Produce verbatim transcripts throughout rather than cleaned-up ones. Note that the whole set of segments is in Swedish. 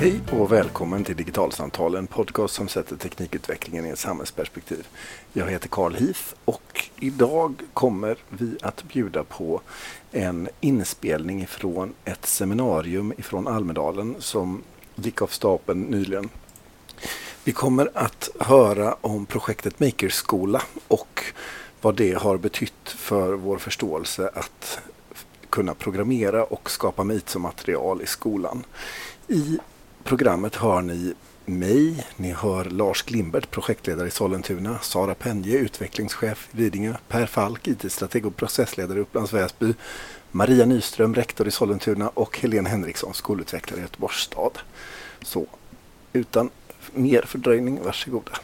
Hej och välkommen till Digitalsamtal, en podcast som sätter teknikutvecklingen i ett samhällsperspektiv. Jag heter Carl Heath och idag kommer vi att bjuda på en inspelning från ett seminarium från Almedalen som gick av stapeln nyligen. Vi kommer att höra om projektet Makerskola och vad det har betytt för vår förståelse att kunna programmera och skapa M I T som material i skolan. I programmet hör ni mig, ni hör Lars Glimbert, projektledare i Sollentuna, Sara Penje, utvecklingschef i Lidingö, Per Falk, I T-strateg och processledare i Upplands Väsby, Maria Nyström, rektor i Sollentuna och Helene Henriksson, skolutvecklare i Göteborgs stad. Så utan mer fördröjning, varsågoda.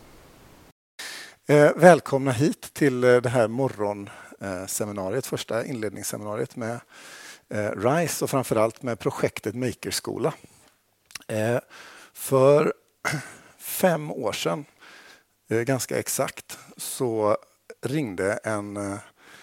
Eh, välkomna hit till eh, det här morgonseminariet, första inledningsseminariet med eh, RISE och framförallt med projektet Makerskola. Eh, för fem år sedan, eh, ganska exakt, så ringde en eh,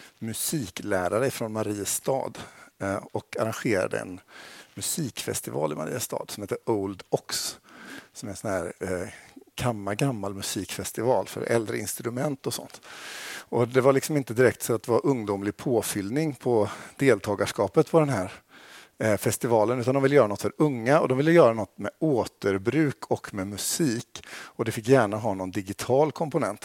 musiklärare från Mariestad eh, och arrangerade en musikfestival i Mariestad som heter Old Ox, som är en sån här eh, gammal, gammal musikfestival för äldre instrument och sånt. Och det var liksom inte direkt så att det var ungdomlig påfyllning på deltagarskapet på den här eh, festivalen, utan de ville göra något för unga och de ville göra något med återbruk och med musik. Och det fick gärna ha någon digital komponent.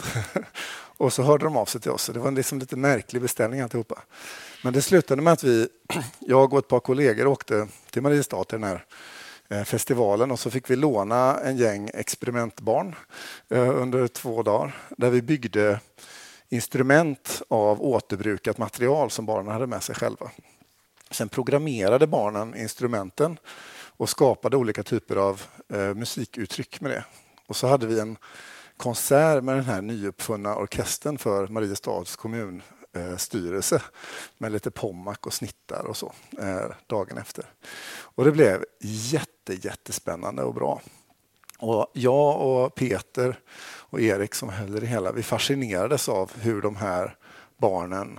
Och så hörde de av sig till oss. Så det var en liksom lite märklig beställning alltihopa. Men det slutade med att vi, jag och ett par kollegor åkte till Mariestad till den här festivalen och så fick vi låna en gäng experimentbarn eh, under två dagar där vi byggde instrument av återbrukat material som barnen hade med sig själva. Sen programmerade barnen instrumenten och skapade olika typer av eh, musikuttryck med det. Och så hade vi en konsert med den här nyuppfunna orkestern för Mariestads kommun styrelse med lite pommack och snittar och så eh, dagen efter. Och det blev jätte, jättespännande och bra. Och jag och Peter och Erik som höll det hela, vi fascinerades av hur de här barnen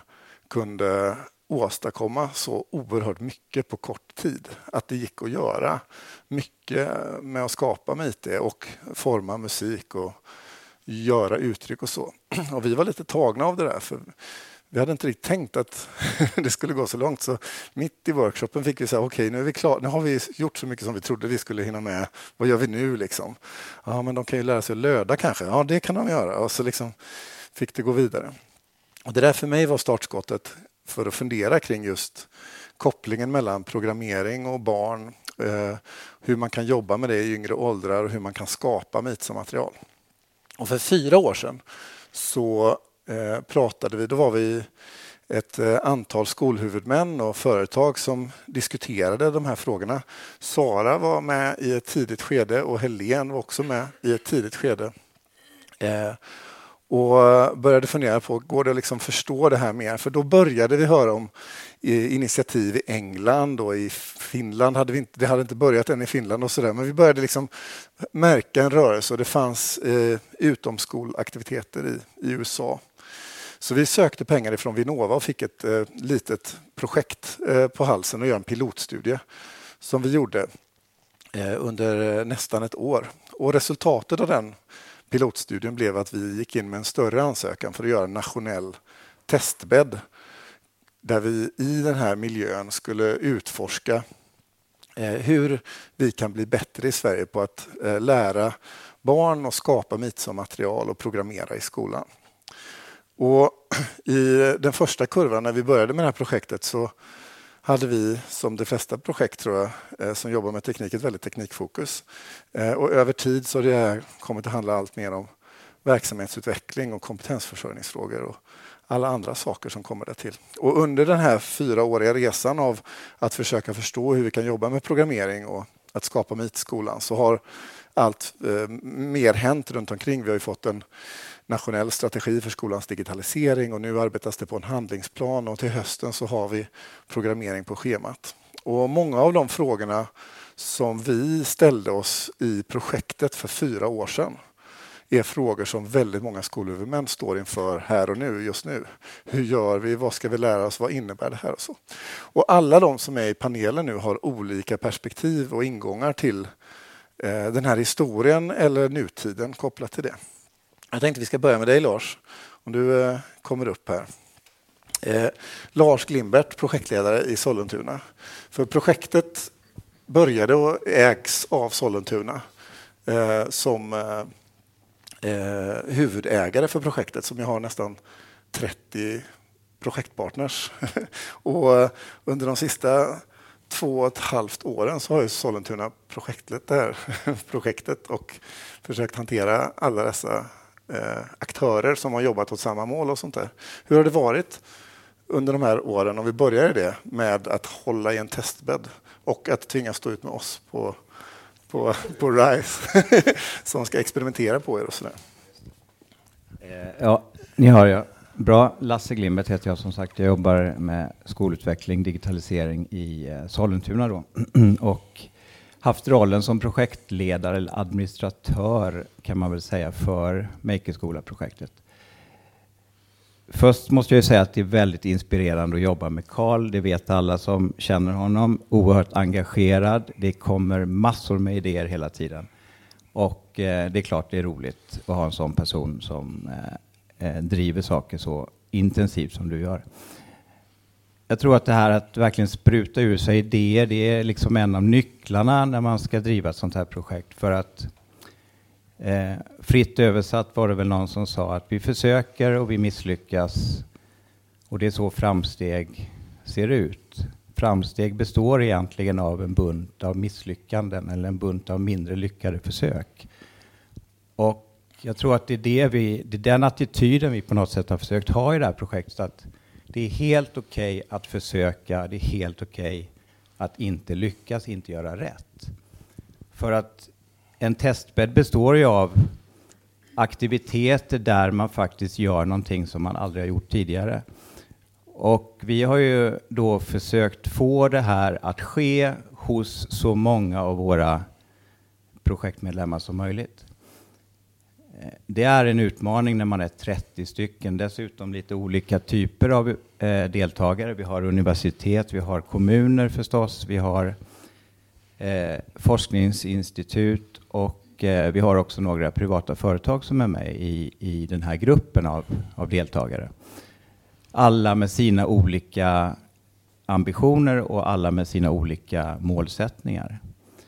kunde åstadkomma så oerhört mycket på kort tid. Att det gick att göra mycket med att skapa med I T och forma musik och göra uttryck och så. Och vi var lite tagna av det där, för vi hade inte riktigt tänkt att det skulle gå så långt. Så mitt i workshopen fick vi säga, okej, nu är vi klara. Nu har vi gjort så mycket som vi trodde vi skulle hinna med. Vad gör vi nu liksom? Ja, men de kan ju lära sig att löda kanske. Ja, det kan de göra. Och så liksom fick det gå vidare. Och det där för mig var startskottet för att fundera kring just kopplingen mellan programmering och barn. Eh, hur man kan jobba med det i yngre åldrar och hur man kan skapa M I T som material. Och för fyra år sedan så Eh, pratade vi, då var vi ett eh, antal skolhuvudmän och företag som diskuterade de här frågorna. Sara var med i ett tidigt skede och Helene var också med i ett tidigt skede. Eh, och började fundera på, går det att liksom förstå det här mer? För då började vi höra om eh, initiativ i England och i Finland. Hade vi inte, det hade inte börjat än i Finland och sådär. Men vi började liksom märka en rörelse och det fanns eh, utomskolaktiviteter i, i U S A. Så vi sökte pengar ifrån Vinnova och fick ett eh, litet projekt eh, på halsen och göra en pilotstudie som vi gjorde eh, under eh, nästan ett år. Och resultatet av den pilotstudien blev att vi gick in med en större ansökan för att göra en nationell testbädd där vi i den här miljön skulle utforska eh, hur vi kan bli bättre i Sverige på att eh, lära barn och skapa M I T som material och programmera i skolan. Och i den första kurvan när vi började med det här projektet så hade vi, som de flesta projekt tror jag, som jobbar med teknik, ett väldigt teknikfokus. Och över tid så har det här kommit att handla allt mer om verksamhetsutveckling och kompetensförsörjningsfrågor och alla andra saker som kommer där till. Och under den här fyraåriga resan av att försöka förstå hur vi kan jobba med programmering och att skapa M I T-skolan så har allt eh, mer hänt runt omkring. Vi har ju fått en nationell strategi för skolans digitalisering och nu arbetas det på en handlingsplan och till hösten så har vi programmering på schemat. Och många av de frågorna som vi ställde oss i projektet för fyra år sedan är frågor som väldigt många skolhuvudmän står inför här och nu, just nu. Hur gör vi? Vad ska vi lära oss? Vad innebär det här? Och, så. Och alla de som är i panelen nu har olika perspektiv och ingångar till eh, den här historien eller nutiden kopplat till det. Jag tänkte vi ska börja med dig, Lars, om du eh, kommer upp här. Eh, Lars Glimbert, projektledare i Sollentuna. För projektet började och ägs av Sollentuna eh, som eh, eh, huvudägare för projektet, som jag har nästan trettio projektpartners. Och eh, under de sista två och ett halvt åren så har ju Sollentuna projektlett det här projektet och försökt hantera alla dessa eh, aktörer som har jobbat åt samma mål och sånt där. Hur har det varit under de här åren, om vi börjar i det, med att hålla i en testbädd och att tvingas stå ut med oss på, på, på RISE som ska experimentera på er och sådär? Ja, ni har jag. Bra. Lasse Glimbert heter jag, som sagt. Jag jobbar med skolutveckling, digitalisering i eh, Sollentuna då. Och haft rollen som projektledare eller administratör, kan man väl säga, för Makerskola-projektet. Först måste jag säga att det är väldigt inspirerande att jobba med Carl. Det vet alla som känner honom. Oerhört engagerad. Det kommer massor med idéer hela tiden. Och eh, det är klart det är roligt att ha en sån person som eh, driver saker så intensivt som du gör. Jag tror att det här att verkligen spruta ur sig idéer, det är liksom en av nycklarna när man ska driva ett sånt här projekt. För att eh, fritt översatt var det väl någon som sa att vi försöker och vi misslyckas. Och det är så framsteg ser ut. Framsteg består egentligen av en bunt av misslyckanden eller en bunt av mindre lyckade försök. Och jag tror att det är, det vi, det är den attityden vi på något sätt har försökt ha i det här projektet. Att det är helt okej okay att försöka, det är helt okej okay att inte lyckas, inte göra rätt. För att en testbädd består ju av aktiviteter där man faktiskt gör någonting som man aldrig har gjort tidigare. Och vi har ju då försökt få det här att ske hos så många av våra projektmedlemmar som möjligt. Det är en utmaning när man är trettio stycken, dessutom lite olika typer av eh, deltagare. Vi har universitet, vi har kommuner förstås, vi har eh, forskningsinstitut och eh, vi har också några privata företag som är med i, i den här gruppen av, av deltagare. Alla med sina olika ambitioner och alla med sina olika målsättningar.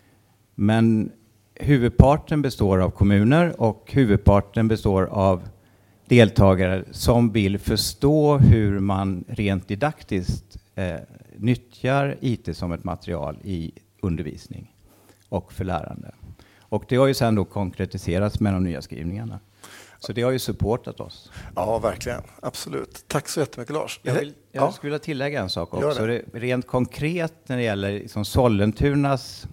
Men huvudparten består av kommuner och huvudparten består av deltagare som vill förstå hur man rent didaktiskt eh, nyttjar I T som ett material i undervisning och för lärande. Och det har ju sedan då konkretiserats med de nya skrivningarna. Så det har ju supportat oss. Ja, verkligen. Absolut. Tack så jättemycket, Lars. Jag, vill, jag ja. skulle vilja tillägga en sak också. Det. Det, rent konkret när det gäller liksom Sollentunas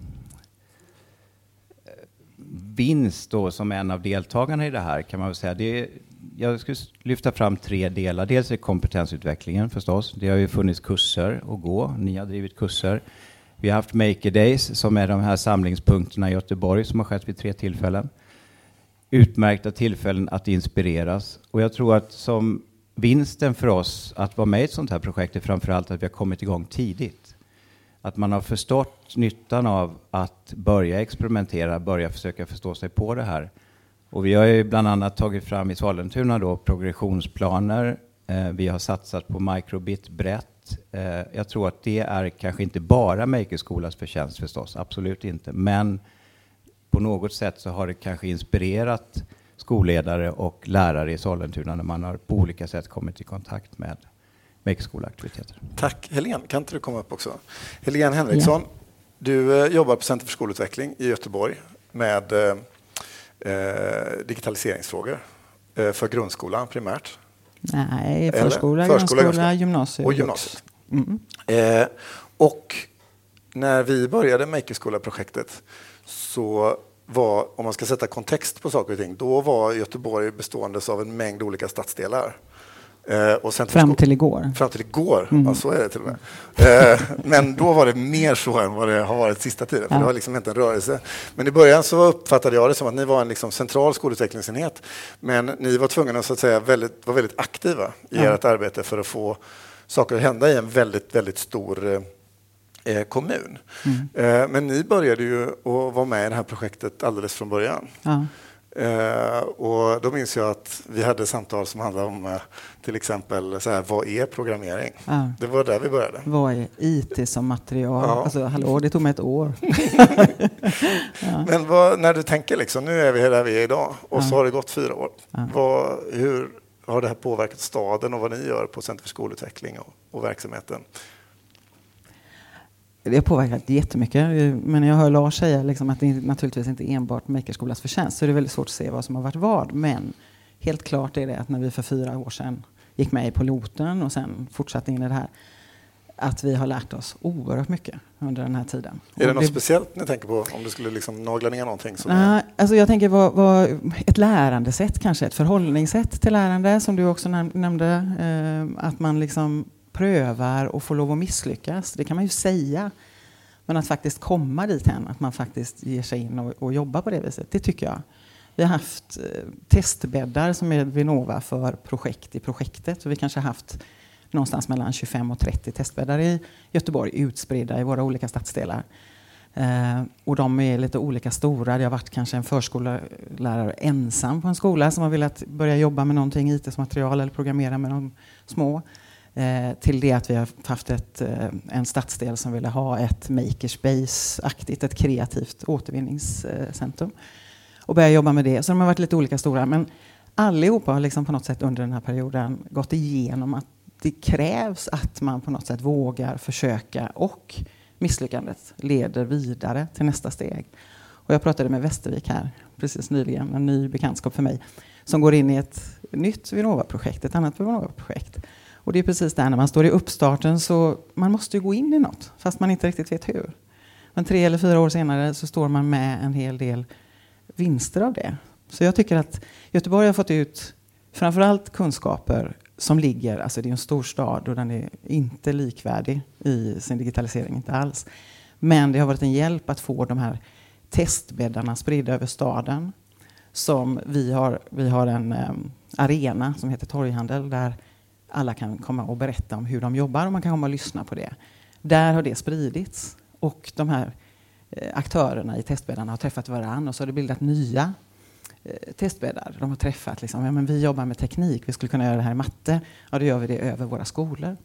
vinst då, som en av deltagarna i det här, kan man väl säga. Det är, jag skulle lyfta fram tre delar. Dels är kompetensutvecklingen förstås. Det har ju funnits kurser att gå. Ni har drivit kurser. Vi har haft Maker Days som är de här samlingspunkterna i Göteborg som har skett vid tre tillfällen. Utmärkta tillfällen att inspireras. Och jag tror att som vinsten för oss att vara med i ett sånt här projekt är framförallt att vi har kommit igång tidigt. Att man har förstått nyttan av att börja experimentera, börja försöka förstå sig på det här. Och vi har ju bland annat tagit fram i Sollentuna då progressionsplaner. Eh, vi har satsat på microbit brett. Eh, jag tror att det är kanske inte bara Makerskolas förtjänst förstås, absolut inte. Men på något sätt så har det kanske inspirerat skolledare och lärare i Sollentuna när man har på olika sätt kommit i kontakt med Makerskola-aktiviteter. Tack. Helene, kan inte du komma upp också? Helene Henriksson, ja. Du eh, jobbar på Center för skolutveckling i Göteborg med eh, digitaliseringsfrågor eh, för grundskolan primärt. Nej, förskola, förskola grundskola, gymnasiet. Och gymnasiet. Mm. Eh, och när vi började Makerskola-projektet så var, om man ska sätta kontext på saker och ting, då var Göteborg bestående av en mängd olika stadsdelar. Eh, och fram till igår. Fram till igår, mm. ja, så är det till och med. Eh, men då var det mer så än vad det har varit sista tiden, för ja. Det var liksom inte en rörelse. Men i början så uppfattade jag det som att ni var en liksom central skolutvecklingsenhet, men ni var tvungna så att säga väldigt, var väldigt aktiva i ja. ert arbete för att få saker att hända i en väldigt, väldigt stor eh, kommun. Mm. Eh, men ni började ju att vara med i det här projektet alldeles från början. Ja. Eh, och då minns jag att vi hade samtal som handlade om eh, till exempel så här, vad är programmering? Ja. Det var där vi började. Vad är I T som material? Ja. Alltså, hallå, det tog mig ett år. Ja. Men vad, när du tänker liksom, nu är vi där vi är idag och Ja. så har det gått fyra år. Ja. Vad, hur har det här påverkat staden och vad ni gör på Center för skolutveckling och, och verksamheten? Det har påverkat jättemycket, men jag hör Lars säga liksom att det naturligtvis inte enbart Makerskolas förtjänst, så det är väldigt svårt att se vad som har varit vad. Men helt klart är det att när vi för fyra år sedan gick med i piloten och sen fortsatte in i det här, att vi har lärt oss oerhört mycket under den här tiden. Är det och något det... speciellt ni tänker på om du skulle liksom nagla ner någonting? Som Nej, är... alltså jag tänker vad, vad ett lärandesätt, kanske ett förhållningssätt till lärande som du också näm- nämnde, eh, att man liksom prövar och får lov att misslyckas. Det kan man ju säga. Men att faktiskt komma dit hän, att man faktiskt ger sig in och, och jobbar på det viset, det tycker jag. Vi har haft eh, testbäddar som är Vinnova för projekt i projektet. Och vi kanske har haft någonstans mellan tjugofem och trettio testbäddar i Göteborg utspridda i våra olika stadsdelar. Eh, och de är lite olika stora. Det har varit kanske en förskollärare ensam på en skola som har velat börja jobba med någonting I T som material eller programmera med de små. Eh, till det att vi har haft ett, eh, en stadsdel som ville ha ett makerspace-aktigt, ett kreativt återvinningscentrum. Och börja jobba med det. Så de har varit lite olika stora. Men allihopa har liksom på något sätt under den här perioden gått igenom att det krävs att man på något sätt vågar försöka och misslyckandet leder vidare till nästa steg. Och jag pratade med Västervik här precis nyligen, en ny bekantskap för mig, som går in i ett nytt Vinnova-projekt, ett annat Vinnova-projekt. Och det är precis där när man står i uppstarten, så man måste ju gå in i något fast man inte riktigt vet hur. Men tre eller fyra år senare så står man med en hel del vinster av det. Så jag tycker att Göteborg har fått ut framförallt kunskaper som ligger, alltså det är en stor stad och den är inte likvärdig i sin digitalisering, inte alls. Men det har varit en hjälp att få de här testbäddarna spridda över staden. Som vi har, vi har en um, arena som heter Torghandel där alla kan komma och berätta om hur de jobbar och man kan komma och lyssna på det. Där har det spridits och de här eh, aktörerna i testbäddarna har träffat varandra och så har det bildat nya eh, testbäddar. De har träffat liksom, ja men vi jobbar med teknik, vi skulle kunna göra det här i matte. Ja, då gör vi det över våra skolor.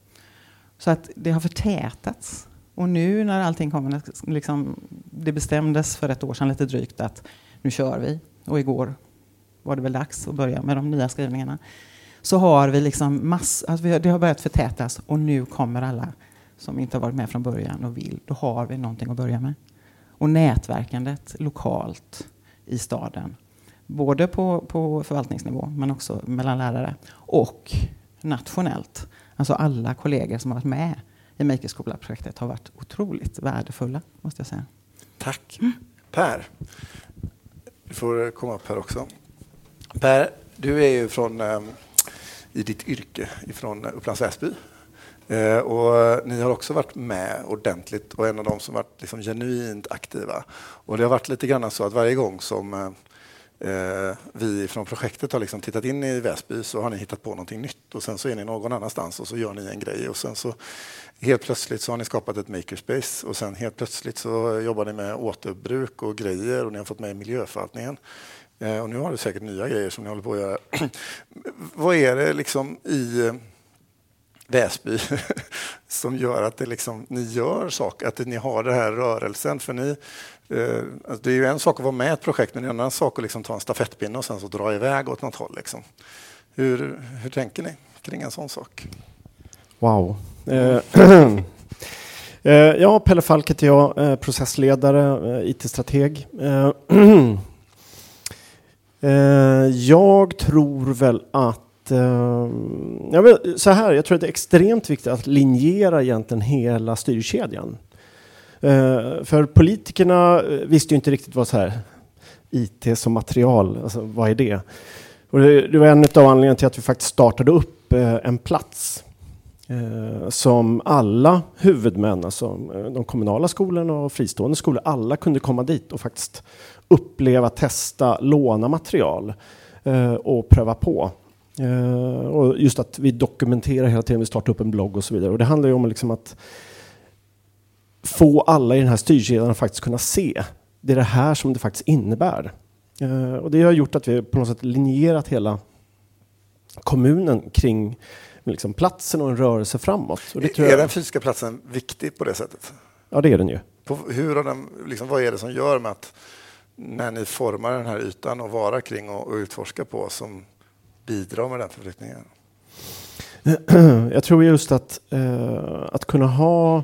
Så att det har förtätats. Och nu när allting kommer, liksom, det bestämdes för ett år sedan lite drygt att nu kör vi. Och igår var det väl dags att börja med de nya skrivningarna. Så har vi liksom mass, alltså det har börjat förtätas och nu kommer alla som inte har varit med från början och vill. Då har vi någonting att börja med. Och nätverkandet lokalt i staden. Både på, på förvaltningsnivå men också mellan lärare. Och nationellt. Alltså alla kollegor som har varit med i Makerskola-projektet har varit otroligt värdefulla, måste jag säga. Tack. Mm. Per, du får komma upp här också. Per, du är ju från, eh, i ditt yrke från Upplands Väsby. Eh, och ni har också varit med ordentligt och en av de som varit liksom genuint aktiva. Och det har varit lite grann så att varje gång som eh, vi från projektet har liksom tittat in i Väsby så har ni hittat på någonting nytt och sen så är ni någon annanstans och så gör ni en grej och sen så helt plötsligt så har ni skapat ett makerspace och sen helt plötsligt så jobbar ni med återbruk och grejer och ni har fått med miljöförvaltningen. Eh, och nu har du säkert nya grejer som ni håller på att göra. Vad är det liksom i Väsby som gör att det liksom, ni gör saker, att ni har den här rörelsen? För ni, eh, alltså det är ju en sak att vara med i ett projekt, men det är en annan sak att liksom ta en stafettpinne och sen så dra iväg åt något håll. Liksom. Hur, hur tänker ni kring en sån sak? Wow. Eh, ja, Pelle Falk heter jag, eh, processledare, eh, I T-strateg. Eh, eh, jag tror väl att jag vet, så här, jag tror att det är extremt viktigt att linjera egentligen hela styrkedjan. Uh, för politikerna visste ju inte riktigt vad så här I T som material, alltså vad är det? Och det, det var en av anledningarna till att vi faktiskt startade upp uh, en plats uh, som alla huvudmän, alltså de kommunala skolorna och fristående skolor, alla kunde komma dit och faktiskt uppleva, testa, låna material uh, och pröva på. Uh, och just att vi dokumenterar hela tiden, vi startar upp en blogg och så vidare. Och det handlar ju om liksom att få alla i den här styrkedjan att faktiskt kunna se. Det är det här som det faktiskt innebär. Uh, och det har gjort att vi på något sätt linjerat hela kommunen kring liksom, platsen och en rörelse framåt. Och det tror är jag... den fysiska platsen viktig på det sättet? Ja, det är den ju. På, hur har den, liksom, vad är det som gör med att när ni formar den här ytan och vara kring och, och utforska på som bidrar med den förflyttningen? Jag tror just att, uh, att kunna ha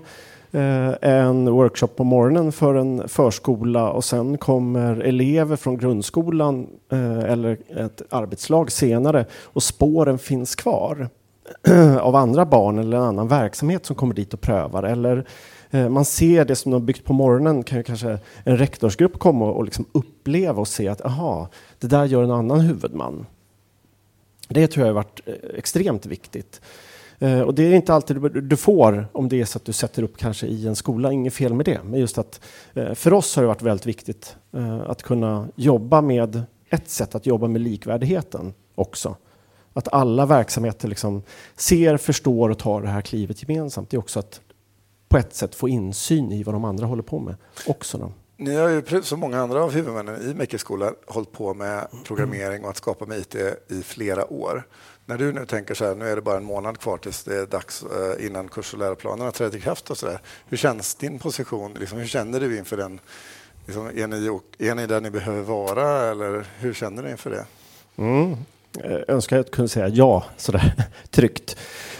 en workshop på morgonen för en förskola och sen kommer elever från grundskolan eh, eller ett arbetslag senare och spåren finns kvar av andra barn eller en annan verksamhet som kommer dit och prövar. Eller eh, man ser det som de har byggt på morgonen, kan ju kanske en rektorsgrupp komma och, och liksom uppleva och se att aha, det där gör en annan huvudman. Det tror jag har varit eh, extremt viktigt. Uh, och det är inte alltid du, du får om det är så att du sätter upp kanske i en skola, inget fel med det. Men just att uh, för oss har det varit väldigt viktigt uh, att kunna jobba med ett sätt att jobba med likvärdigheten också. Att alla verksamheter liksom ser, förstår och tar det här klivet gemensamt. Det är också att på ett sätt få insyn i vad de andra håller på med också. Då. Ni har ju som många andra av huvudmännen i Makerskolan hållit på med programmering och att skapa med I T i flera år. När du nu tänker så här, nu är det bara en månad kvar tills det är dags innan kurs- och läroplanerna träder i kraft och så där. Hur känns din position? Liksom, hur känner du inför den? Liksom, är, ni, är ni där ni behöver vara eller hur känner du inför det? Mm. Jag önskar att jag kunde säga ja, sådär tryggt.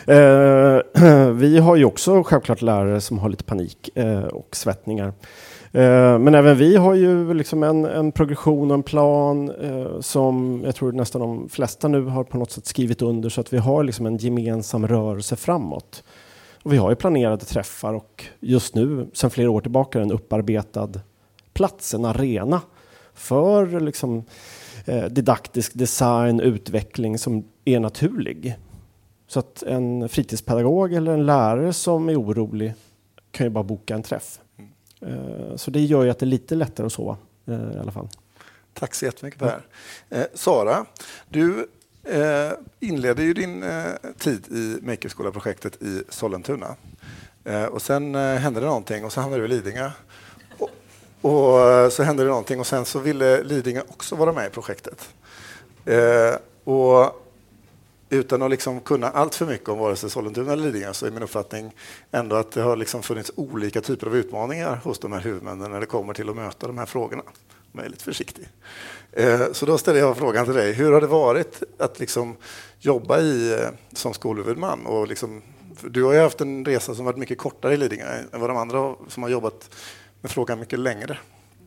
Eh, vi har ju också självklart lärare som har lite panik eh, och svettningar. Men även vi har ju liksom en, en progression och en plan eh, som jag tror nästan de flesta nu har på något sätt skrivit under så att vi har liksom en gemensam rörelse framåt. Och vi har ju planerade träffar och just nu sedan flera år tillbaka en upparbetad plats, en arena för liksom, eh, didaktisk design, utveckling som är naturlig. Så att en fritidspedagog eller en lärare som är orolig kan ju bara boka en träff. Så det gör ju att det är lite lättare att sova i alla fall. Tack så jättemycket Per. Eh, Sara, du eh, inledde ju din eh, tid i Makerskola-projektet i Sollentuna. Eh, och sen eh, hände det någonting och så hamnade du i Lidingö. Och, och så hände det någonting och sen så ville Lidingö också vara med i projektet. Eh, och utan att liksom kunna allt för mycket om vare sig Sollentuna eller Lidingö så är min uppfattning ändå att det har liksom funnits olika typer av utmaningar hos de här huvudmännen när det kommer till att möta de här frågorna. Jag är lite försiktig. Så då ställer jag frågan till dig. Hur har det varit att liksom jobba i, som skolhuvudman? Och liksom, du har ju haft en resa som varit mycket kortare i Lidingö än vad de andra som har jobbat med frågan mycket längre.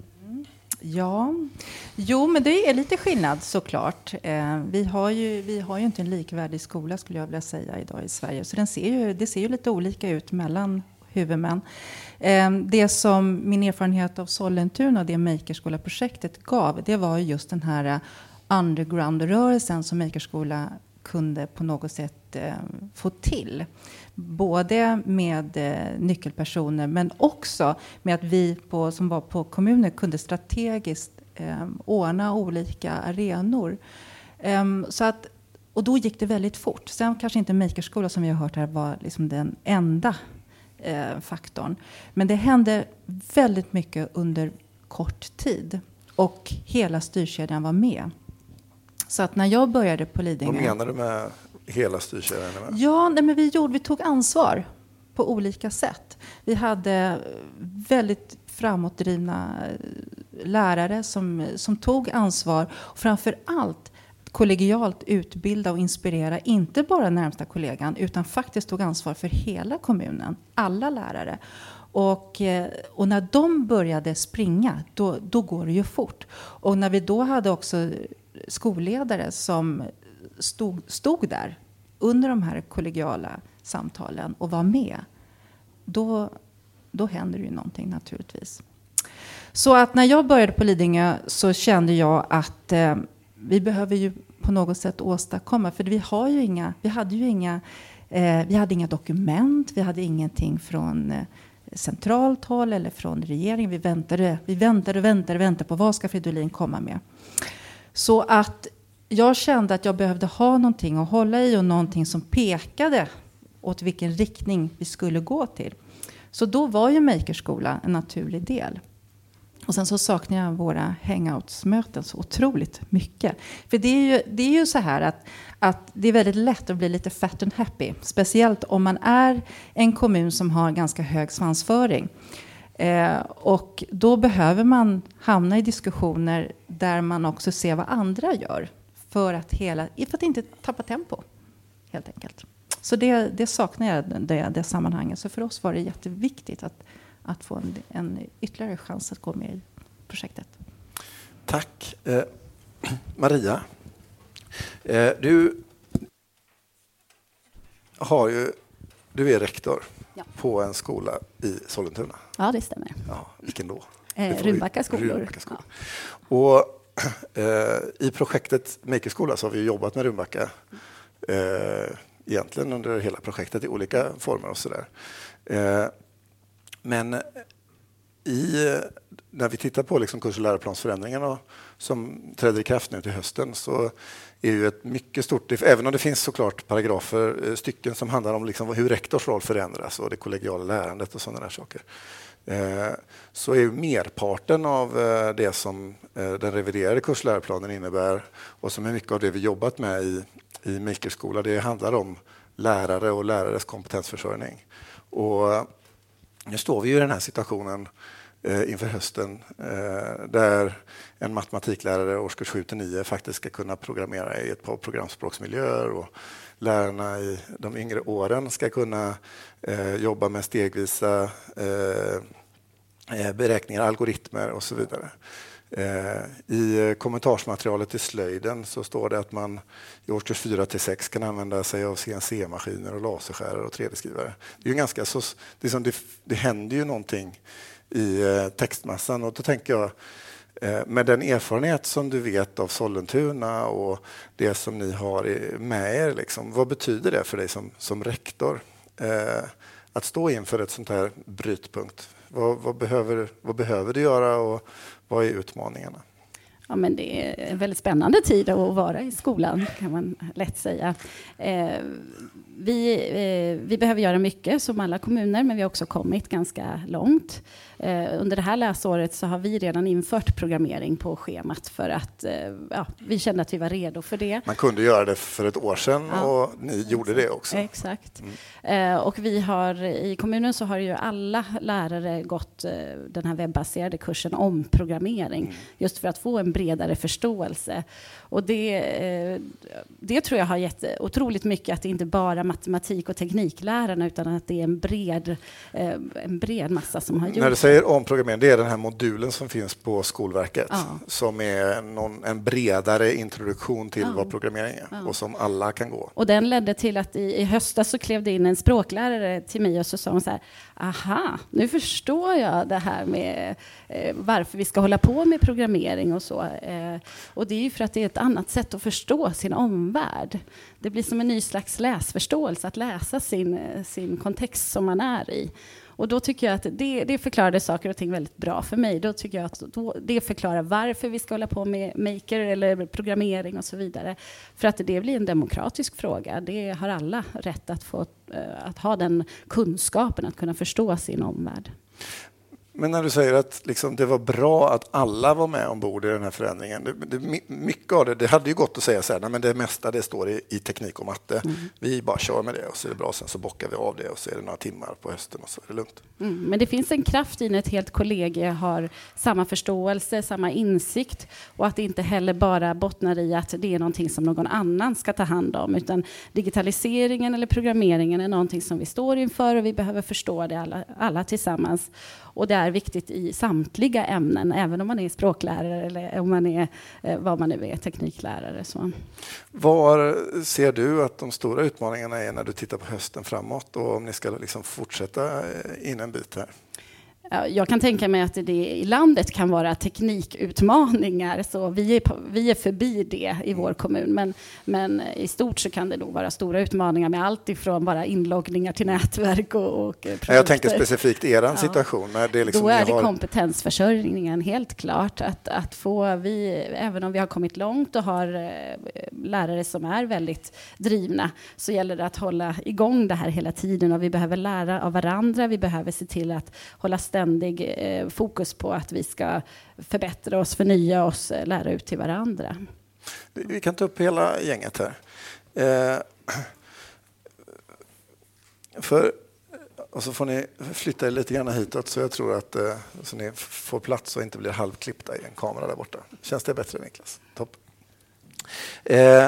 Ja, jo men det är lite skillnad såklart. Eh, vi, har ju, vi har ju inte en likvärdig skola skulle jag vilja säga idag i Sverige. Så den ser ju, det ser ju lite olika ut mellan huvudmän. Eh, det som min erfarenhet av Sollentuna och det Makerskola-projektet gav, det var just den här underground-rörelsen som Makerskola kunde på något sätt eh, få till. Både med eh, nyckelpersoner men också med att vi på, som var på kommunen kunde strategiskt eh, ordna olika arenor. Eh, så att, och då gick det väldigt fort. Sen kanske inte Makerskola som vi har hört här var liksom den enda eh, faktorn. Men det hände väldigt mycket under kort tid. Och hela styrkedjan var med. Så att när jag började på Lidingö... Vad menar du med hela styrkedjan? Ja, nej, men vi, gjorde, vi tog ansvar på olika sätt. Vi hade väldigt framåtdrivna lärare som, som tog ansvar. Och framför allt kollegialt utbilda och inspirera inte bara närmsta kollegan utan faktiskt tog ansvar för hela kommunen, alla lärare. Och, och när de började springa, då, då går det ju fort. Och när vi då hade också skolledare som stod, stod där under de här kollegiala samtalen och var med, då, då händer det ju någonting naturligtvis. Så att när jag började på Lidingö så kände jag att eh, vi behöver ju på något sätt åstadkomma, för vi har ju inga, vi hade ju inga, eh, vi hade inga dokument, vi hade ingenting från eh, centralt håll eller från regeringen. Vi väntade, vi väntade, väntade, väntade på vad ska Fridolin komma med. Så att jag kände att jag behövde ha någonting att hålla i och någonting som pekade åt vilken riktning vi skulle gå till. Så då var ju Makerskola en naturlig del. Och sen så saknar jag våra hangouts-möten så otroligt mycket. För det är ju, det är ju så här att, att det är väldigt lätt att bli lite fat and happy. Speciellt om man är en kommun som har ganska hög svansföring. Eh, och då behöver man hamna i diskussioner där man också ser vad andra gör. För att, hela, för att inte tappa tempo, helt enkelt. Så det, det saknar jag, det, det sammanhanget. Så för oss var det jätteviktigt att, att få en, en ytterligare chans att gå med i projektet. Tack. Eh, Maria, eh, du har ju, du är rektor ja. på en skola i Sollentuna. Ja, det stämmer. Ja, vilken då? Eh, Rudbacka skolor. Rudbacka skolor. Ja. Och eh, i projektet Makerskola så har vi jobbat med Rudbacka eh, egentligen under hela projektet i olika former och sådär. Eh, men i, när vi tittar på liksom kurs- och läroplansförändringarna som träder i kraft nu till hösten så är ju ett mycket stort, även om det finns såklart paragrafer, stycken som handlar om liksom hur rektors roll förändras och det kollegiala lärandet och sådana där saker. Eh, så är ju merparten av eh, det som eh, den reviderade kursläroplanen innebär och som är mycket av det vi jobbat med i, i Makerskola, det handlar om lärare och lärares kompetensförsörjning. Och nu står vi ju i den här situationen eh, inför hösten eh, där en matematiklärare årskurs sju till nio faktiskt ska kunna programmera i ett par programspråksmiljöer och lärarna i de yngre åren ska kunna eh, jobba med stegvisa eh, beräkningar, algoritmer och så vidare. Eh, I kommentarsmaterialet i slöjden så står det att man i årskurs fyra till sex kan använda sig av C N C-maskiner och laserskärare och tre D-skrivare. Det är ju ganska så, det, är som det, det händer ju någonting i eh, textmassan och då tänker jag eh, med den erfarenhet som du vet av Sollentuna och det som ni har i, med er, liksom, vad betyder det för dig som, som rektor eh, att stå inför ett sånt här brytpunkt? Vad, vad, behöver, vad behöver du göra och vad är utmaningarna? Ja, men det är en väldigt spännande tid att vara i skolan, kan man lätt säga. Eh, vi, eh, vi behöver göra mycket som alla kommuner, men vi har också kommit ganska långt. Eh, under det här läsåret så har vi redan infört programmering på schemat för att eh, ja, vi kände att vi var redo för det. Man kunde göra det för ett år sedan ja, och ni exakt. gjorde det också. Exakt. Mm. Eh, och vi har, i kommunen så har ju alla lärare gått eh, den här webbaserade kursen om programmering. Mm. Just för att få en bredare förståelse. Och det, eh, det tror jag har gett otroligt mycket att det inte bara matematik- och tekniklärarna utan att det är en bred, eh, en bred massa som har gjort. När du säger omprogrammering, det är den här modulen som finns på Skolverket ja. som är någon, en bredare introduktion till ja. vad programmering är ja. och som alla kan gå. Och den ledde till att i, i höstas så klev det in en språklärare till mig och så sa hon så här: aha, nu förstår jag det här med eh, varför vi ska hålla på med programmering och så. Eh, och det är ju för att det är ett annat sätt att förstå sin omvärld. Det blir som en ny slags läsförståelse, att läsa sin, sin kontext som man är i. Och då tycker jag att det, det förklarade saker och ting väldigt bra för mig. Då tycker jag att då, det förklarar varför vi ska hålla på med maker eller programmering och så vidare. För att det blir en demokratisk fråga. Det har alla rätt att få, att ha den kunskapen, att kunna förstå sin omvärld. Men när du säger att liksom, det var bra att alla var med ombord i den här förändringen. Det, det, mycket av det, det hade ju gått att säga så här, nej, men det mesta det står i, i teknik och matte. Mm. Vi bara kör med det och så är det bra. Sen så bockar vi av det och så är det några timmar på hösten och så är det lugnt. Mm, men det finns en kraft i när ett helt kollegie har samma förståelse, samma insikt och att det inte heller bara bottnar i att det är någonting som någon annan ska ta hand om, utan digitaliseringen eller programmeringen är någonting som vi står inför och vi behöver förstå det alla, alla tillsammans. Och det är viktigt i samtliga ämnen, även om man är språklärare eller om man är eh, vad man nu är, tekniklärare. Så. Var ser du att de stora utmaningarna är när du tittar på hösten framåt och om ni ska liksom fortsätta in en bit här? Jag kan tänka mig att det i landet kan vara teknikutmaningar, så vi är, vi är förbi det i vår kommun. Men, men i stort så kan det nog vara stora utmaningar med allt ifrån bara inloggningar till nätverk och, och produkter. Jag tänker specifikt er ja. situation. När det liksom Då är det har... kompetensförsörjningen helt klart. Att, att få vi, även om vi har kommit långt och har eh, lärare som är väldigt drivna, så gäller det att hålla igång det här hela tiden. Och vi behöver lära av varandra. Vi behöver se till att hålla ständig eh, fokus på att vi ska förbättra oss, förnya oss, eh, lära ut till varandra. Vi kan ta upp hela gänget här. Eh, för, och så får ni flytta er lite grann hitåt så jag tror att eh, så ni får plats och inte blir halvklippta i en kamera där borta. Känns det bättre, Niklas? Topp. Eh,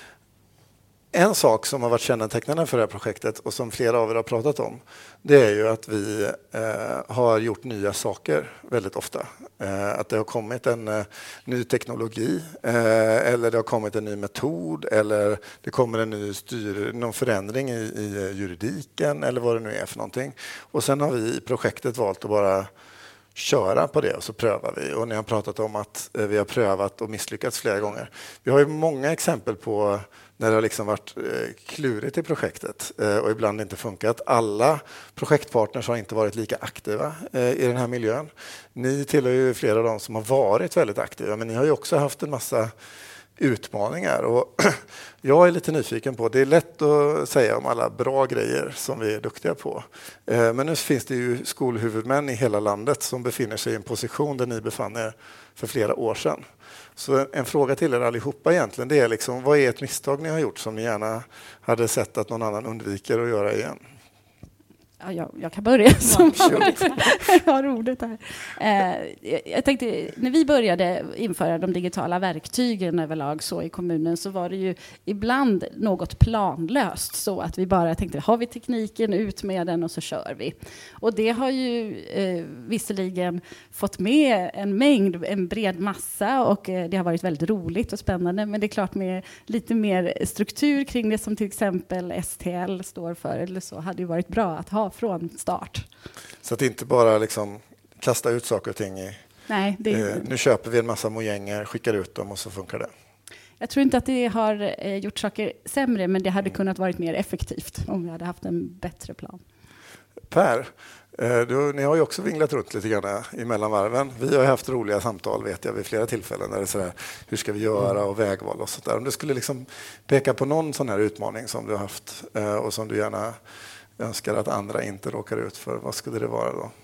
En sak som har varit kännetecknande för det här projektet och som flera av er har pratat om, det är ju att vi eh, har gjort nya saker väldigt ofta. Eh, att det har kommit en eh, ny teknologi eh, eller det har kommit en ny metod eller det kommer en ny styr, någon förändring i, i juridiken eller vad det nu är för någonting. Och sen har vi i projektet valt att bara köra på det och så prövar vi. Och ni har pratat om att eh, vi har prövat och misslyckats flera gånger. Vi har ju många exempel på när det har liksom varit eh, klurigt i projektet eh, och ibland inte funkat. Alla projektpartners har inte varit lika aktiva eh, i den här miljön. Ni tillhör ju flera av dem som har varit väldigt aktiva, men ni har ju också haft en massa utmaningar. Och jag är lite nyfiken på, det är lätt att säga om alla bra grejer som vi är duktiga på. Eh, men nu finns det ju skolhuvudmän i hela landet som befinner sig i en position där ni befann er för flera år sedan. Så en fråga till er allihopa egentligen, det är liksom, vad är ett misstag ni har gjort som ni gärna hade sett att någon annan undviker att göra igen? Ja, jag, jag kan börja. Som jag har roligt här. Eh, jag tänkte, när vi började införa de digitala verktygen överlag så i kommunen så var det ju ibland något planlöst så att vi bara tänkte, har vi tekniken, ut med den och så kör vi. Och det har ju eh, visserligen fått med en mängd, en bred massa och eh, det har varit väldigt roligt och spännande, men det är klart med lite mer struktur kring det som till exempel S T L står för eller så hade ju varit bra att ha från start. Så att inte bara liksom kasta ut saker och ting i... Nej, det är... eh, nu köper vi en massa mojänger, skickar ut dem och så funkar det. Jag tror inte att det har eh, gjort saker sämre, men det hade kunnat varit mer effektivt om vi hade haft en bättre plan. Per, eh, du, ni har ju också vinglat runt lite grann i mellanvarven. Vi har haft roliga samtal vet jag vid flera tillfällen där det är så här, hur ska vi göra och vägval och sånt där. Om du skulle liksom peka på någon sån här utmaning som du har haft eh, och som du gärna önskar att andra inte råkar ut för. Vad skulle det vara då?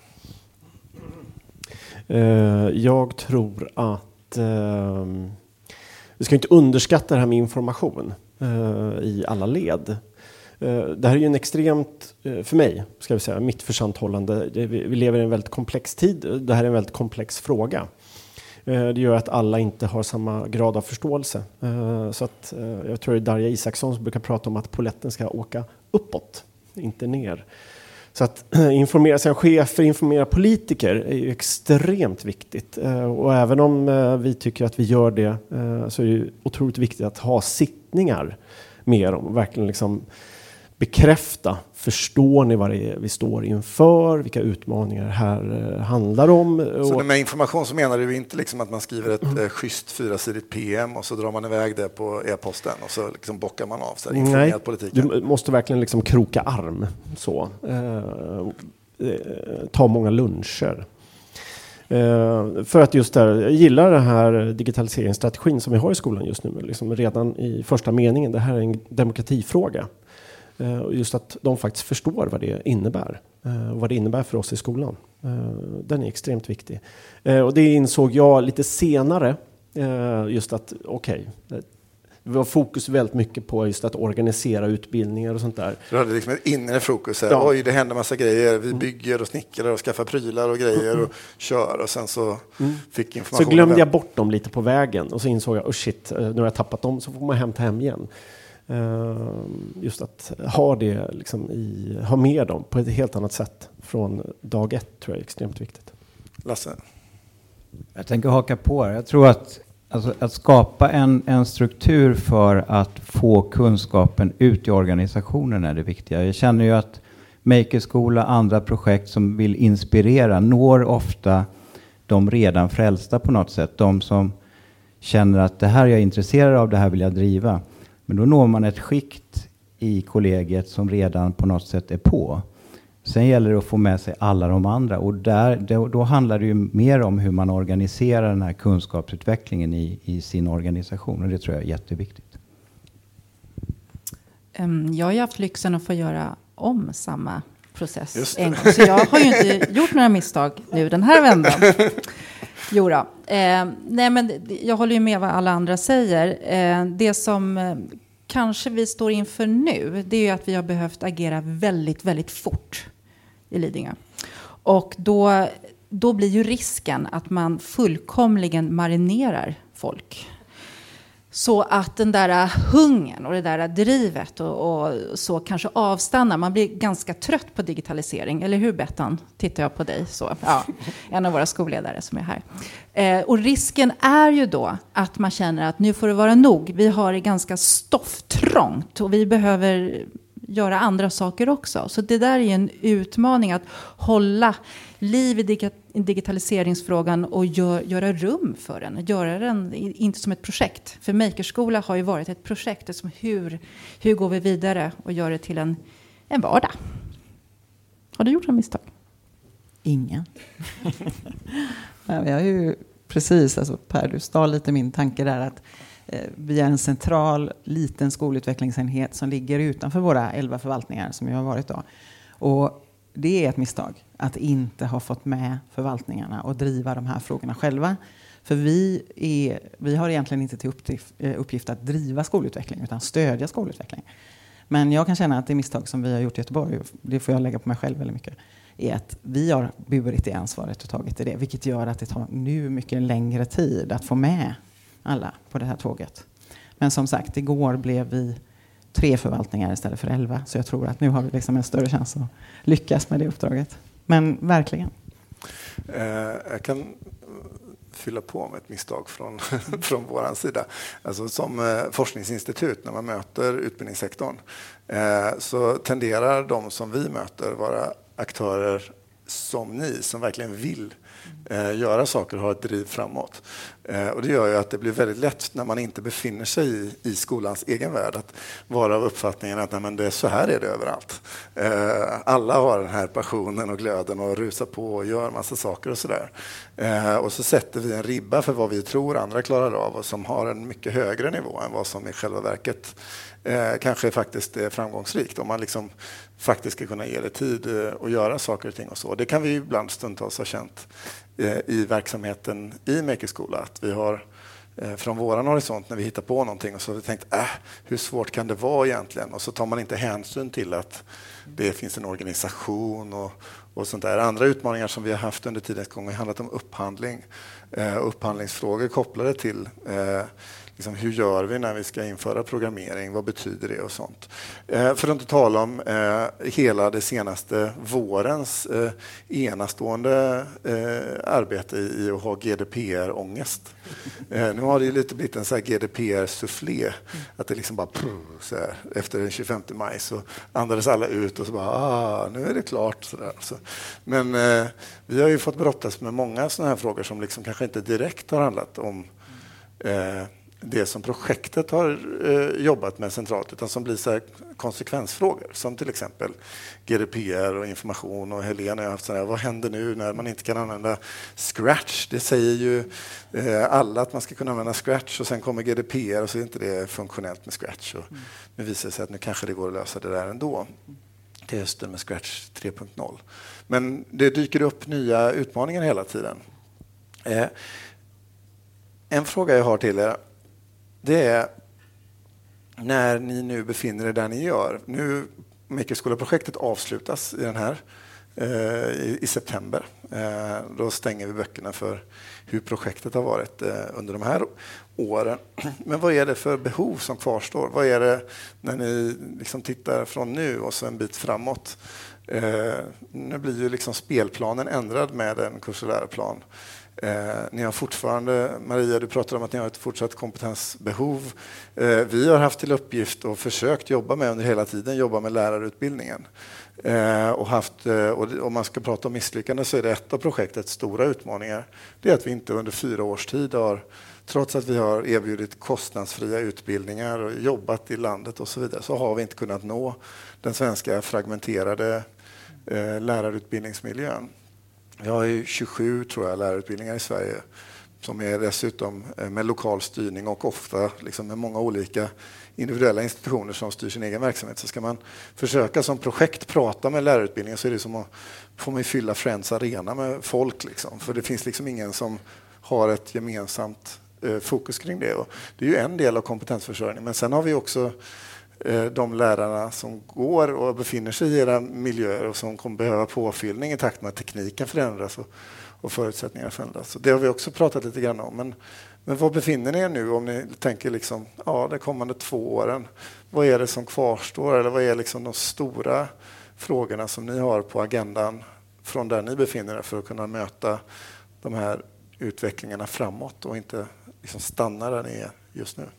Uh, jag tror att uh, vi ska inte underskatta det här med information uh, i alla led. Uh, det här är ju en extremt, uh, för mig, ska vi säga, mitt försanthållande. Vi, vi lever i en väldigt komplex tid. Det här är en väldigt komplex fråga. Uh, det gör att alla inte har samma grad av förståelse. Uh, så att, uh, jag tror det är Darja Isaksson som brukar prata om att poletten ska åka uppåt, inte ner. Så att informera sina chefer, informera politiker är ju extremt viktigt. Och även om vi tycker att vi gör det så är det otroligt viktigt att ha sittningar med dem och verkligen liksom bekräfta, förstår ni vad det är vi står inför, vilka utmaningar det här handlar om. Så med information så menar du inte liksom att man skriver ett mm. schysst fyrasidigt P M och så drar man iväg det på e-posten och så liksom bockar man av sig. Nej, politiken. Du måste verkligen liksom kroka arm så. Eh, eh, ta många luncher. Eh, för att just där, jag gillar den här digitaliseringsstrategin som vi har i skolan just nu. Liksom redan i första meningen, det här är en demokratifråga. Just att de faktiskt förstår vad det innebär. Vad det innebär för oss i skolan. Den är extremt viktig. Och det insåg jag lite senare. Just att, okej. Okay, vi har fokus väldigt mycket på just att organisera utbildningar och sånt där. Du hade liksom ett inre fokus här. Ja. Oj, det händer massa grejer. Vi bygger och snickrar och skaffar prylar och grejer och kör. Och sen så mm. fick information. Så glömde jag bort dem lite på vägen. Och så insåg jag, oh shit, nu har jag tappat dem. Så får man hämta hem igen. Uh, just att ha det liksom i, ha med dem på ett helt annat sätt från dag ett tror jag är extremt viktigt. Lasse? Jag tänker haka på det. Jag tror att, alltså, att skapa en, en struktur för att få kunskapen ut i organisationen är det viktiga. Jag känner ju att Makerskola, andra projekt som vill inspirera når ofta de redan frälsta på något sätt. De som känner att det här är jag intresserad av, det här vill jag driva. Men då når man ett skikt i kollegiet som redan på något sätt är på. Sen gäller det att få med sig alla de andra. Och där, då, då handlar det ju mer om hur man organiserar den här kunskapsutvecklingen i, i sin organisation. Och det tror jag är jätteviktigt. Um, jag har ju haft lyxen att få göra om samma process en gång. Så jag har ju inte gjort några misstag nu den här vändan. Jo då. Eh, nej men jag håller ju med vad alla andra säger. Eh, det som eh, kanske vi står inför nu, det är ju att vi har behövt agera väldigt, väldigt fort i Lidingö. Och då, då blir ju risken att man fullkomligen marinerar folk. Så att den där hungern och det där drivet och, och så kanske avstannar. Man blir ganska trött på digitalisering. Eller hur, Bettan? Tittar jag på dig så. Ja, en av våra skolledare som är här. Eh, och risken är ju då att man känner att nu får det vara nog. Vi har det ganska stofftrångt och vi behöver göra andra saker också. Så det där är en utmaning att hålla liv i dig- digitaliseringsfrågan och gör, göra rum för den. Göra den inte som ett projekt. För Makerskola har ju varit ett projekt. Det är som hur, hur går vi vidare och gör det till en, en vardag. Har du gjort några misstag? Ingen. Nej, jag har ju precis, alltså Per, du stal lite min tanke där att eh, vi är en central liten skolutvecklingsenhet som ligger utanför våra elva förvaltningar som jag har varit då. Och det är ett misstag att inte ha fått med förvaltningarna och driva de här frågorna själva. För vi, är, vi har egentligen inte till uppgift, uppgift att driva skolutveckling utan stödja skolutveckling. Men jag kan känna att det misstag som vi har gjort i Göteborg, det får jag lägga på mig själv väldigt mycket, är att vi har burit det ansvaret och tagit i det. Vilket gör att det tar nu mycket längre tid att få med alla på det här tåget. Men som sagt, igår blev vi tre förvaltningar istället för elva. Så jag tror att nu har vi liksom en större chans att lyckas med det uppdraget. Men verkligen. Eh, jag kan fylla på med ett misstag från, från vår sida. Alltså som eh, forskningsinstitut, när man möter utbildningssektorn, eh, så tenderar de som vi möter vara aktörer som ni, som verkligen vill eh, göra saker och ha ett driv framåt. Eh, och det gör ju att det blir väldigt lätt när man inte befinner sig i, i skolans egen värld att vara av uppfattningen att nej, men det, så här är det överallt. Eh, alla har den här passionen och glöden och rusar på och gör massa saker och sådär. Eh, och så sätter vi en ribba för vad vi tror andra klarar av och som har en mycket högre nivå än vad som i själva verket Eh, kanske faktiskt är framgångsrikt om man liksom faktiskt ska kunna ge det tid eh, och göra saker och ting och så. Det kan vi ibland stundtals ha känt eh, i verksamheten i Makerskola, att vi har eh, från våran horisont när vi hittar på någonting och så har vi tänkt, äh, hur svårt kan det vara egentligen? Och så tar man inte hänsyn till att det finns en organisation och, och sånt där. Andra utmaningar som vi har haft under tidens gång har handlat om upphandling eh, och upphandlingsfrågor kopplade till eh, Liksom, hur gör vi när vi ska införa programmering? Vad betyder det och sånt? Eh, för att inte tala om eh, hela det senaste vårens eh, enastående eh, arbete i, i att ha G D P R-ångest. Eh, nu har det ju lite blivit en så här G D P R-sufflé. Att det liksom bara prr, så här, efter den tjugofemte maj så andades alla ut och så bara ah, nu är det klart. Så där. Så, men eh, vi har ju fått brottas med många sådana här frågor som liksom kanske inte direkt har handlat om eh, det som projektet har eh, jobbat med centralt, utan som blir så här konsekvensfrågor som till exempel G D P R och information. Och Helena har haft sådär, vad händer nu när man inte kan använda Scratch? Det säger ju eh, alla att man ska kunna använda Scratch och sen kommer G D P R och så är inte det funktionellt med Scratch. Och nu visar det sig att nu kanske det går att lösa det där ändå till hösten med Scratch tre punkt noll. Men det dyker upp nya utmaningar hela tiden. Eh, en fråga jag har till er, det är när ni nu befinner er där ni gör. Nu Makerskola-projektet avslutas i den här eh, i, i september. Eh, då stänger vi böckerna för hur projektet har varit eh, under de här åren. Men vad är det för behov som kvarstår? Vad är det när ni liksom tittar från nu och så en bit framåt? Eh, nu blir ju liksom spelplanen ändrad med en kurs- och läroplan. Eh, ni har fortfarande, Maria, du pratar om att ni har ett fortsatt kompetensbehov. Eh, vi har haft till uppgift och försökt jobba med under hela tiden, jobba med lärarutbildningen. Eh, och haft, eh, och om man ska prata om misslyckande så är det ett av projektets stora utmaningar. Det är att vi inte under fyra års tid har, trots att vi har erbjudit kostnadsfria utbildningar och jobbat i landet och så vidare, så har vi inte kunnat nå den svenska fragmenterade eh, lärarutbildningsmiljön. Vi har ju tjugosju tror jag, lärarutbildningar i Sverige som är dessutom med lokal styrning och ofta liksom med många olika individuella institutioner som styr sin egen verksamhet. Så ska man försöka som projekt prata med lärarutbildningen så är det som att får man fylla Friends Arena med folk. Liksom. För det finns liksom ingen som har ett gemensamt eh, fokus kring det. Och det är ju en del av kompetensförsörjning. Men sen har vi också de lärarna som går och befinner sig i era miljöer och som kommer behöva påfyllning i takt med att tekniken förändras och, och förutsättningar förändras. Så det har vi också pratat lite grann om. Men, men var befinner ni er nu om ni tänker liksom, ja, de kommande två åren? Vad är det som kvarstår? Eller vad är liksom de stora frågorna som ni har på agendan från där ni befinner er för att kunna möta de här utvecklingarna framåt och inte liksom stanna där ni är just nu?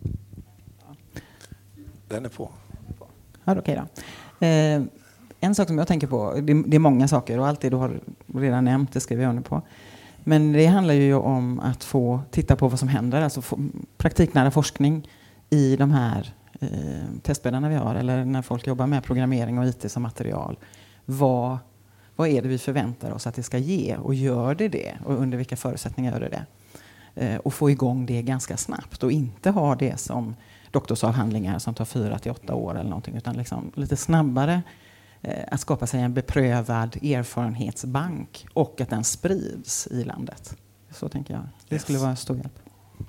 Den är på. Ja, okej då. Eh, en sak som jag tänker på, det, det är många saker och allt det du har redan nämnt, det skriver jag under på. Men det handlar ju om att få titta på vad som händer, alltså få, praktiknära forskning i de här eh, testbäddarna vi har, eller när folk jobbar med programmering och I T som material. Vad, vad är det vi förväntar oss att det ska ge och gör det det? Och under vilka förutsättningar gör det det? Eh, och få igång det ganska snabbt och inte ha det som doktorsavhandlingar som tar fyra till åtta år eller någonting, utan liksom lite snabbare eh, att skapa sig en beprövad erfarenhetsbank och att den sprids i landet. Så tänker jag. Det skulle vara en stor hjälp.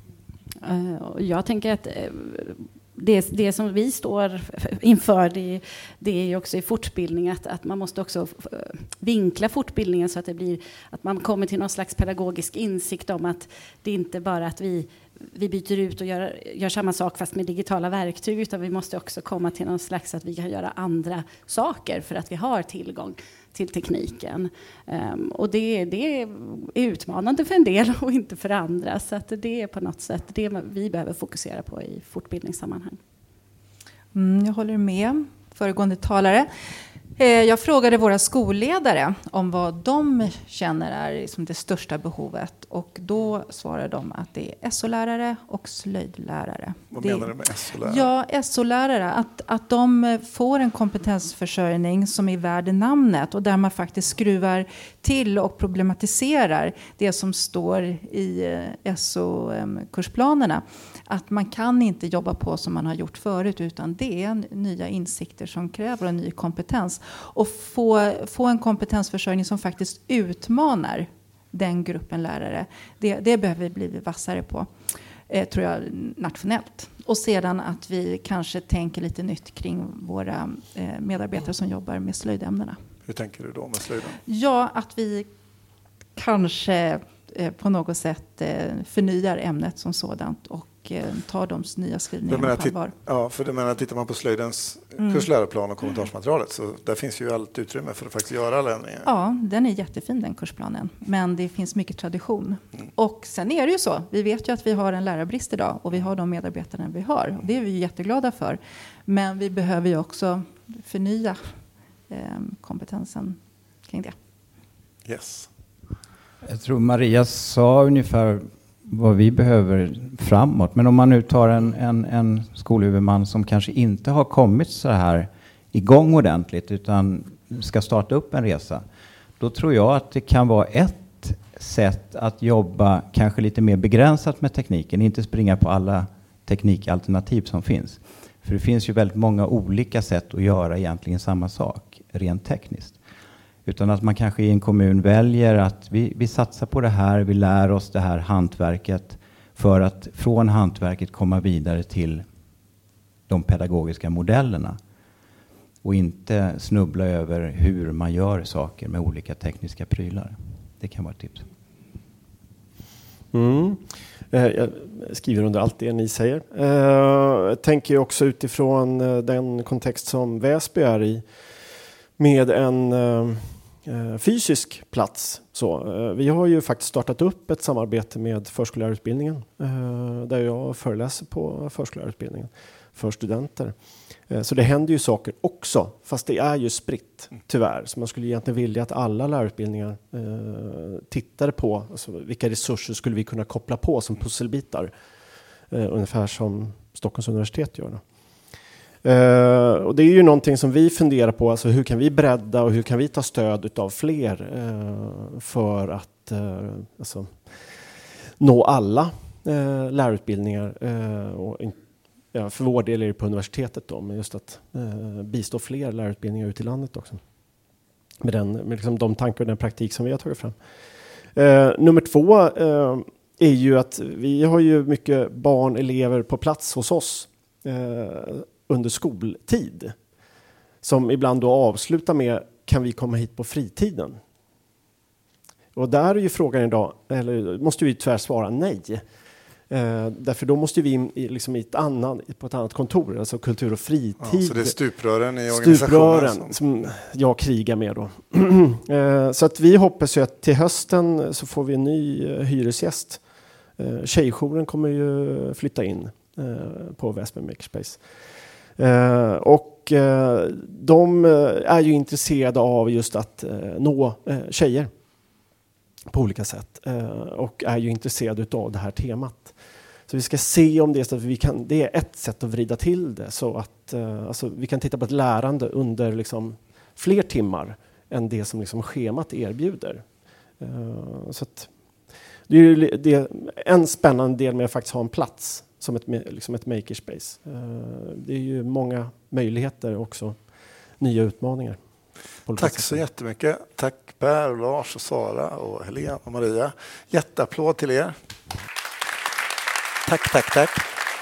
Uh, jag tänker att uh, det, det som vi står inför, det, det är ju också i fortbildning att, att man måste också vinkla fortbildningen så att det blir att man kommer till någon slags pedagogisk insikt om att det inte bara att vi vi byter ut och gör, gör samma sak fast med digitala verktyg, utan vi måste också komma till någon slags att vi kan göra andra saker för att vi har tillgång till tekniken. Um, och det, det är utmanande för en del och inte för andra. Så att det är på något sätt det vi behöver fokusera på i fortbildningssammanhang. Mm, jag håller med föregående talare. Jag frågade våra skolledare om vad de känner är liksom det största behovet. Och då svarade de att det är S O-lärare och slöjdlärare. Vad det, menar du med S O-lärare? Ja, S O-lärare. Att, att de får en kompetensförsörjning som är värd namnet. Och där man faktiskt skruvar till och problematiserar det som står i S O-kursplanerna. Att man kan inte jobba på som man har gjort förut, utan det är nya insikter som kräver en ny kompetens. Och få, få en kompetensförsörjning som faktiskt utmanar den gruppen lärare. Det, det behöver vi bli vassare på, eh, tror jag, nationellt. Och sedan att vi kanske tänker lite nytt kring våra eh, medarbetare som jobbar med slöjdämnena. Hur tänker du då med slöjden? Ja, att vi kanske eh, på något sätt eh, förnyar ämnet som sådant och tar de nya skrivningarna på allvar. Ja, för det menar, tittar man på slöjdens mm. kursläroplan och kommentarsmaterialet så där finns ju allt utrymme för att faktiskt göra alla ändringar. Ja, den är jättefin den kursplanen. Men det finns mycket tradition. Mm. Och sen är det ju så, vi vet ju att vi har en lärarbrist idag och vi har de medarbetarna vi har. Och det är vi jätteglada för. Men vi behöver ju också förnya eh, kompetensen kring det. Yes. Jag tror Maria sa ungefär vad vi behöver framåt. Men om man nu tar en, en, en skolhuvudman som kanske inte har kommit så här igång ordentligt utan ska starta upp en resa. Då tror jag att det kan vara ett sätt att jobba kanske lite mer begränsat med tekniken. Inte springa på alla teknikalternativ som finns. För det finns ju väldigt många olika sätt att göra egentligen samma sak rent tekniskt. Utan att man kanske i en kommun väljer att vi, vi satsar på det här, vi lär oss det här hantverket för att från hantverket komma vidare till de pedagogiska modellerna. Och inte snubbla över hur man gör saker med olika tekniska prylar. Det kan vara ett tips. Mm. Jag skriver under allt det ni säger. Jag tänker också utifrån den kontext som Väsby är i med en eh, fysisk plats. Så, eh, vi har ju faktiskt startat upp ett samarbete med förskollärarutbildningen eh, där jag föreläser på förskollärarutbildningen för studenter. Eh, så det händer ju saker också, fast det är ju spritt tyvärr. Så man skulle egentligen vilja att alla lärarutbildningar eh, tittade på alltså, vilka resurser skulle vi kunna koppla på som pusselbitar. Eh, ungefär som Stockholms universitet gör. Då. Uh, och det är ju någonting som vi funderar på, alltså hur kan vi bredda och hur kan vi ta stöd av fler uh, för att uh, alltså, nå alla uh, lärarutbildningar. Uh, och in, ja, för vår del är det på universitetet då, men just att uh, bistå fler lärarutbildningar ut i landet också. Med, den, med liksom de tankar och den praktik som vi har tagit fram. Uh, nummer två uh, är ju att vi har ju mycket barn, elever på plats hos oss uh, under skoltid. Som ibland då avslutar med, kan vi komma hit på fritiden? Och där är ju frågan idag, eller måste vi tyvärr svara nej. Eh, därför då måste vi in i, liksom i ett annan, på ett annat kontor, alltså kultur och fritid. Ja, så det är stuprören i organisationen? Stuprören som jag krigar med då. eh, så att vi hoppas ju att till hösten så får vi en ny eh, hyresgäst. Eh, Tjejjouren kommer ju flytta in eh, på Väsby Makerspace. Uh, och uh, de uh, är ju intresserade av just att uh, nå uh, tjejer på olika sätt uh, och är ju intresserade av det här temat. Så vi ska se om det är så att vi kan, det är ett sätt att vrida till det så att uh, alltså, vi kan titta på ett lärande under liksom, fler timmar än det som liksom, schemat erbjuder. Uh, så att, det är ju det är en spännande del med att faktiskt ha en plats som ett, liksom ett makerspace. Det är ju många möjligheter också, nya utmaningar. Tack så jättemycket. Tack Per, och Lars, och Sara, och Helena och Maria. Jätteapplåd till er. Tack, tack, tack.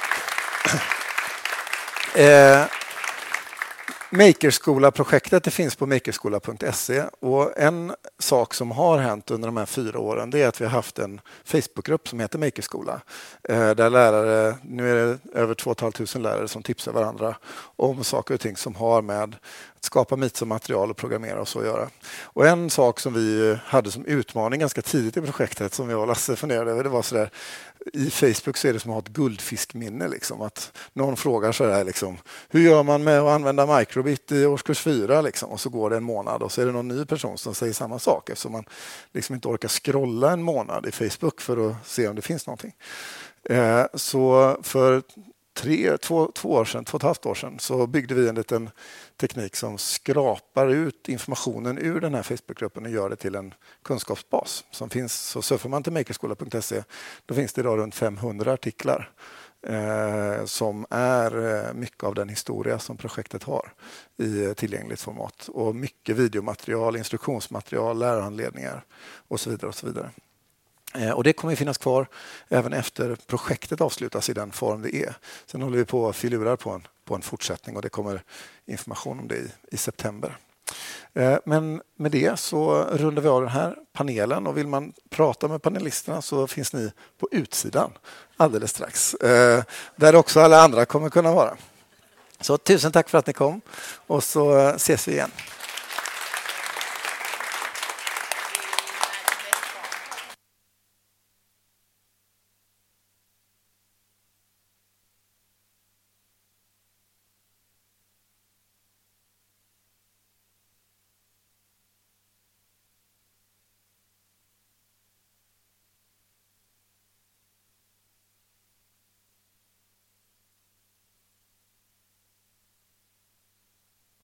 eh, Makerskola-projektet det finns på makerskola punkt se och en sak som har hänt under de här fyra åren det är att vi har haft en Facebookgrupp som heter Makerskola eh, där lärare, nu är det över två tusen femhundra lärare som tipsar varandra om saker och ting som har med att skapa mit som material och programmera och så att göra. Och en sak som vi hade som utmaning ganska tidigt i projektet som jag och Lasse funderade över det var sådär i Facebook så är det som att ha ett guldfiskminne liksom, att någon frågar så där liksom, hur gör man med att använda microbit i årskurs fyra liksom, och så går det en månad och så är det någon ny person som säger samma sak eftersom man liksom inte orkar scrolla en månad i Facebook för att se om det finns någonting. Eh, så för tre, två, två år sedan, två och ett halvt år sedan så byggde vi en liten teknik som skrapar ut informationen ur den här Facebookgruppen och gör det till en kunskapsbas som finns. Så surfar man till makerskola punkt se då finns det idag runt femhundra artiklar eh, som är eh, mycket av den historia som projektet har i tillgängligt format och mycket videomaterial, instruktionsmaterial, lärarhandledningar och så vidare och så vidare. Och det kommer att finnas kvar även efter projektet avslutas i den form det är. Sen håller vi på att filurar på en, på en fortsättning och det kommer information om det i, i september. Men med det så rundar vi av den här panelen och vill man prata med panelisterna så finns ni på utsidan alldeles strax. Där också alla andra kommer kunna vara. Så tusen tack för att ni kom och så ses vi igen.